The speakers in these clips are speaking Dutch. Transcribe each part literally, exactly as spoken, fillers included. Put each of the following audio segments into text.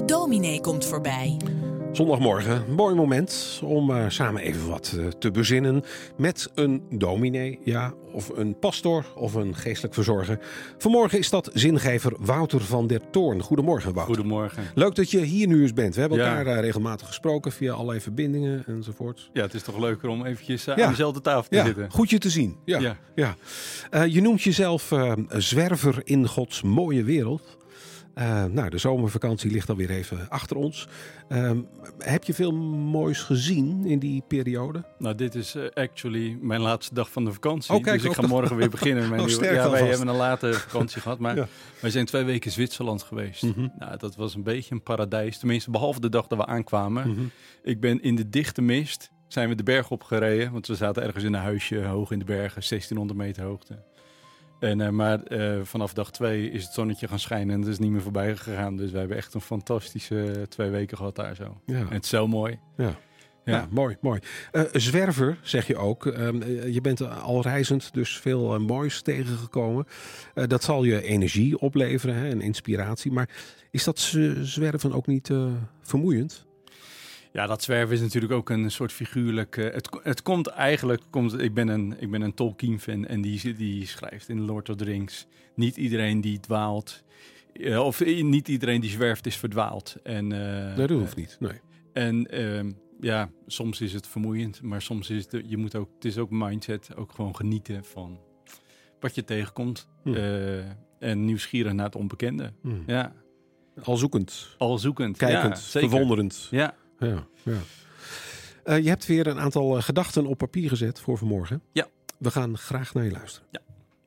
De dominee komt voorbij. Zondagmorgen, een mooi moment om uh, samen even wat uh, te bezinnen met een dominee, ja, of een pastor of een geestelijk verzorger. Vanmorgen is dat zingever Wouter van der Toorn. Goedemorgen, Wouter. Goedemorgen. Leuk dat je hier nu eens bent. We hebben Ja. elkaar uh, regelmatig gesproken via allerlei verbindingen enzovoort. Ja, het is toch leuker om eventjes uh, ja. aan dezelfde tafel te ja, zitten. Goed je te zien. Ja. Ja. Ja. Uh, je noemt jezelf uh, zwerver in Gods mooie wereld. Uh, nou, de zomervakantie ligt alweer even achter ons. Uh, heb je veel moois gezien in die periode? Nou, dit is uh, actually mijn laatste dag van de vakantie. Oh, kijk, dus ik ga dat... morgen weer beginnen. Mijn oh, nieuwe... sterk Ja, wij alvast. hebben een late vakantie gehad, maar ja. wij zijn twee weken in Zwitserland geweest. Mm-hmm. Nou, dat was een beetje een paradijs. Tenminste, behalve de dag dat we aankwamen. Mm-hmm. Ik ben in de dichte mist, zijn we de berg opgereden. Want we zaten ergens in een huisje hoog in de bergen, zestienhonderd meter hoogte. En, uh, maar uh, vanaf dag twee is het zonnetje gaan schijnen en het is niet meer voorbij gegaan. Dus we hebben echt een fantastische uh, twee weken gehad daar zo. Ja. En het is zo mooi. Ja. Ja. Ja, mooi, mooi. Uh, zwerver, zeg je ook. Uh, je bent al reizend, dus veel uh, moois tegengekomen. Uh, dat zal je energie opleveren, hè, en inspiratie. Maar is dat z- zwerven ook niet uh, vermoeiend? Ja, dat zwerven is natuurlijk ook een soort figuurlijk... Uh, het, het komt eigenlijk... Komt, ik ben een, ik ben een Tolkien-fan en die, die schrijft in Lord of the Rings... Niet iedereen die dwaalt... Uh, of uh, niet iedereen die zwerft is verdwaald. En, uh, nee, dat hoeft niet, nee. En uh, ja, soms is het vermoeiend, maar soms is het... Je moet ook, het is ook mindset, ook gewoon genieten van wat je tegenkomt. Hm. Uh, en nieuwsgierig naar het onbekende. Hm. Ja. Al zoekend. Al zoekend, kijkend, ja, zeker. Verwonderend. Ja. Ja, ja. Uh, je hebt weer een aantal uh, gedachten op papier gezet voor vanmorgen. Ja. We gaan graag naar je luisteren. Ja.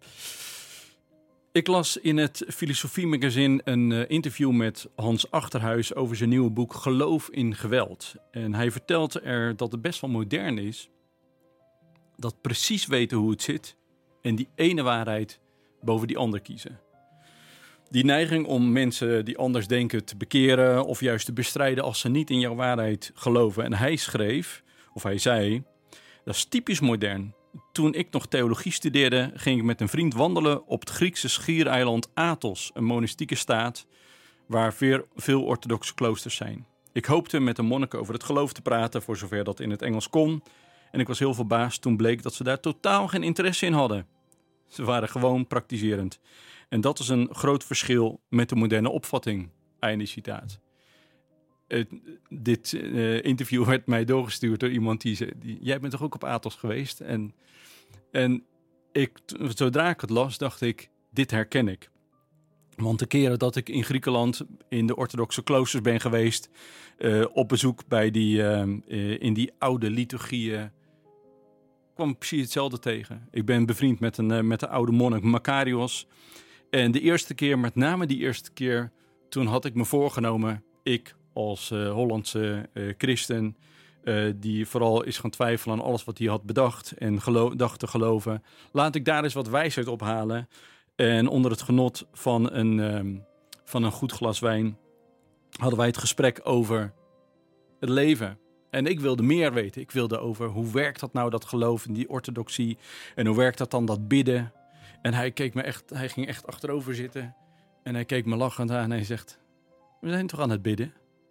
Ik las in het Filosofie Magazine een uh, interview met Hans Achterhuis over zijn nieuwe boek Geloof in Geweld. En hij vertelt er dat het best wel modern is. Dat precies weten hoe het zit en die ene waarheid boven die ander kiezen. Die neiging om mensen die anders denken te bekeren of juist te bestrijden als ze niet in jouw waarheid geloven. En hij schreef, of hij zei, dat is typisch modern. Toen ik nog theologie studeerde, ging ik met een vriend wandelen op het Griekse schiereiland Athos, een monastieke staat waar veel orthodoxe kloosters zijn. Ik hoopte met de monniken over het geloof te praten, voor zover dat in het Engels kon. En ik was heel verbaasd toen bleek dat ze daar totaal geen interesse in hadden. Ze waren gewoon praktiserend. En dat is een groot verschil met de moderne opvatting. Einde citaat. Uh, dit uh, interview werd mij doorgestuurd door iemand die zei... Die, jij bent toch ook op Athos geweest? En, en ik, zodra ik het las, dacht ik, dit herken ik. Want de keren dat ik in Griekenland in de orthodoxe kloosters ben geweest... Uh, op bezoek bij die, uh, uh, in die oude liturgieën... kwam ik precies hetzelfde tegen. Ik ben bevriend met, een, uh, met de oude monnik Makarios... En de eerste keer, met name die eerste keer, toen had ik me voorgenomen, ik als uh, Hollandse uh, christen, uh, die vooral is gaan twijfelen aan alles wat hij had bedacht en gelo- dacht te geloven, laat ik daar eens wat wijsheid ophalen. En onder het genot van een, um, van een goed glas wijn hadden wij het gesprek over het leven. En ik wilde meer weten. Ik wilde over hoe werkt dat nou, dat geloof in die orthodoxie, en hoe werkt dat dan, dat bidden. En hij keek me echt, hij ging echt achterover zitten. En hij keek me lachend aan en hij zegt, we zijn toch aan het bidden?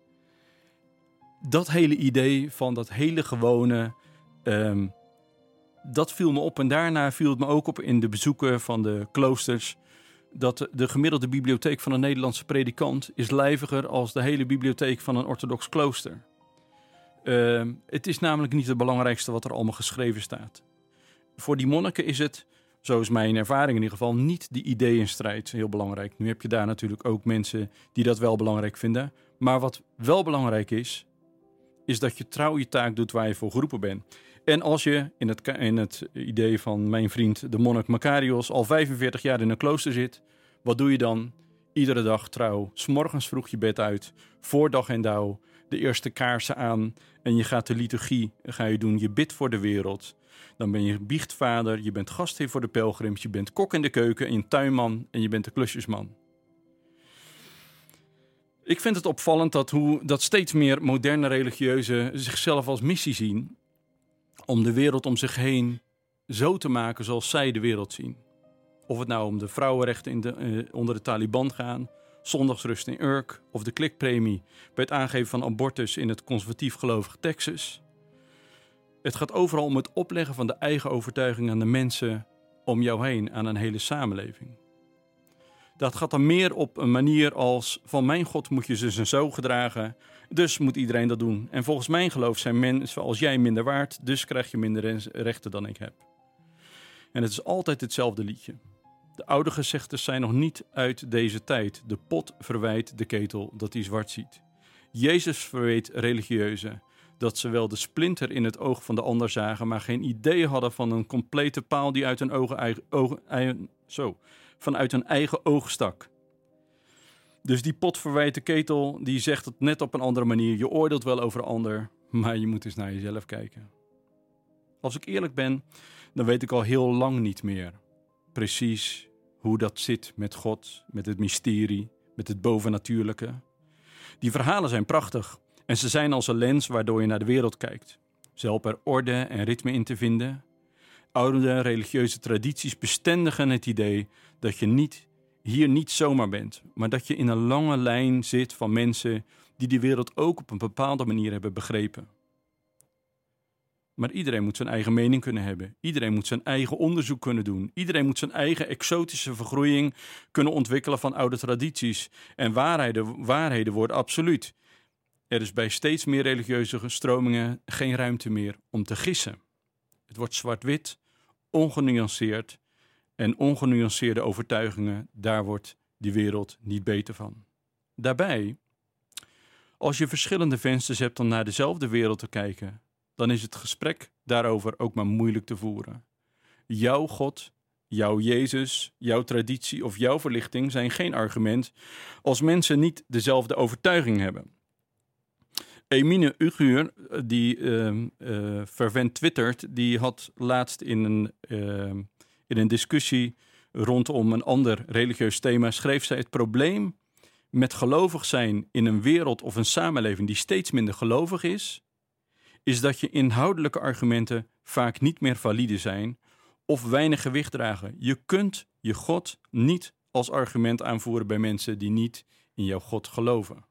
Dat hele idee van dat hele gewone, um, dat viel me op. En daarna viel het me ook op in de bezoeken van de kloosters, dat de gemiddelde bibliotheek van een Nederlandse predikant is lijviger als de hele bibliotheek van een orthodox klooster. Um, het is namelijk niet het belangrijkste wat er allemaal geschreven staat. Voor die monniken is het, zo is mijn ervaring in ieder geval, niet die ideeënstrijd heel belangrijk. Nu heb je daar natuurlijk ook mensen die dat wel belangrijk vinden. Maar wat wel belangrijk is, is dat je trouw je taak doet waar je voor geroepen bent. En als je in het, in het idee van mijn vriend, de monnik Makarios, al vijfenveertig jaar in een klooster zit, wat doe je dan? Iedere dag trouw, 's morgens vroeg je bed uit, voor dag en dauw, de eerste kaarsen aan en je gaat de liturgie ga je doen. Je bidt voor de wereld. Dan ben je biechtvader, je bent gastheer voor de pelgrims, je bent kok in de keuken en je tuinman en je bent de klusjesman. Ik vind het opvallend dat, hoe, dat steeds meer moderne religieuzen zichzelf als missie zien om de wereld om zich heen zo te maken zoals zij de wereld zien. Of het nou om de vrouwenrechten in de, uh, onder de Taliban gaan, zondagsrust in Urk of de klikpremie bij het aangeven van abortus in het conservatief gelovige Texas. Het gaat overal om het opleggen van de eigen overtuiging aan de mensen om jou heen, aan een hele samenleving. Dat gaat dan meer op een manier als: van mijn God moet je zus en zo gedragen, dus moet iedereen dat doen. En volgens mijn geloof zijn mensen als jij minder waard, dus krijg je minder rechten dan ik heb. En het is altijd hetzelfde liedje. De oude gezegdes zijn nog niet uit deze tijd. De pot verwijt de ketel dat hij zwart ziet. Jezus verweet religieuzen dat ze wel de splinter in het oog van de ander zagen, maar geen idee hadden van een complete paal die uit hun ogen, eigen, ogen eigen, zo, vanuit hun eigen oog stak. Dus die pot verwijt de ketel, die zegt het net op een andere manier. Je oordeelt wel over een ander, maar je moet eens naar jezelf kijken. Als ik eerlijk ben, dan weet ik al heel lang niet meer precies hoe dat zit met God, met het mysterie, met het bovennatuurlijke. Die verhalen zijn prachtig en ze zijn als een lens waardoor je naar de wereld kijkt. Ze helpen er orde en ritme in te vinden. Oude religieuze tradities bestendigen het idee dat je niet, hier niet zomaar bent, maar dat je in een lange lijn zit van mensen die die wereld ook op een bepaalde manier hebben begrepen. Maar iedereen moet zijn eigen mening kunnen hebben. Iedereen moet zijn eigen onderzoek kunnen doen. Iedereen moet zijn eigen exotische vergroeiing kunnen ontwikkelen van oude tradities. En waarheden, waarheden worden absoluut. Er is bij steeds meer religieuze stromingen geen ruimte meer om te gissen. Het wordt zwart-wit, ongenuanceerd. En ongenuanceerde overtuigingen, daar wordt die wereld niet beter van. Daarbij, als je verschillende vensters hebt om naar dezelfde wereld te kijken, dan is het gesprek daarover ook maar moeilijk te voeren. Jouw God, jouw Jezus, jouw traditie of jouw verlichting zijn geen argument als mensen niet dezelfde overtuiging hebben. Emine Uguur, die uh, uh, fervent twittert, die had laatst in een, uh, in een discussie rondom een ander religieus thema, schreef zij: het probleem met gelovig zijn in een wereld of een samenleving die steeds minder gelovig is, is dat je inhoudelijke argumenten vaak niet meer valide zijn of weinig gewicht dragen. Je kunt je God niet als argument aanvoeren bij mensen die niet in jouw God geloven.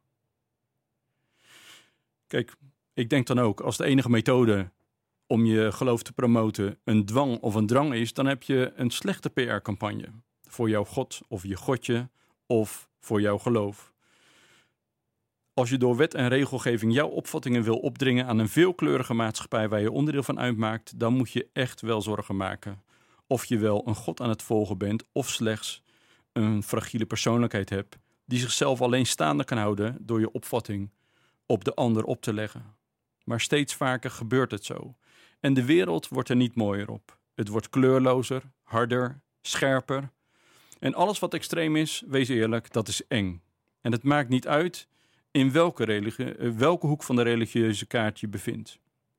Kijk, ik denk dan ook, als de enige methode om je geloof te promoten een dwang of een drang is, dan heb je een slechte P R-campagne voor jouw God of je godje of voor jouw geloof. Als je door wet en regelgeving jouw opvattingen wil opdringen aan een veelkleurige maatschappij waar je onderdeel van uitmaakt, dan moet je echt wel zorgen maken of je wel een God aan het volgen bent of slechts een fragiele persoonlijkheid hebt die zichzelf alleen staande kan houden door je opvatting op de ander op te leggen. Maar steeds vaker gebeurt het zo. En de wereld wordt er niet mooier op. Het wordt kleurlozer, harder, scherper. En alles wat extreem is, wees eerlijk, dat is eng. En het maakt niet uit in welke, religie, welke hoek van de religieuze kaart je bevindt.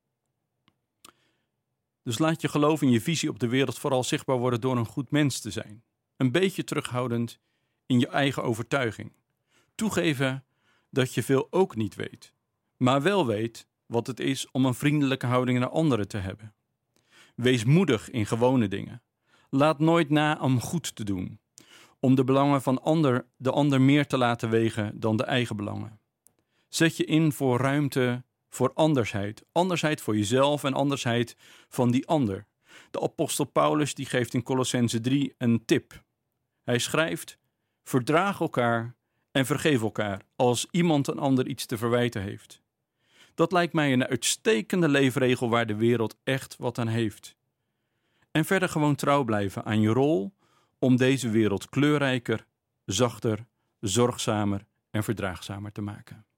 Dus laat je geloof in je visie op de wereld vooral zichtbaar worden door een goed mens te zijn. Een beetje terughoudend in je eigen overtuiging. Toegeven dat je veel ook niet weet, maar wel weet wat het is om een vriendelijke houding naar anderen te hebben. Wees moedig in gewone dingen. Laat nooit na om goed te doen, om de belangen van ander, de ander meer te laten wegen dan de eigen belangen. Zet je in voor ruimte voor andersheid. Andersheid voor jezelf en andersheid van die ander. De apostel Paulus die geeft in Colossenzen drie een tip. Hij schrijft: verdraag elkaar en vergeef elkaar als iemand een ander iets te verwijten heeft. Dat lijkt mij een uitstekende leefregel waar de wereld echt wat aan heeft. En verder gewoon trouw blijven aan je rol om deze wereld kleurrijker, zachter, zorgzamer en verdraagzamer te maken.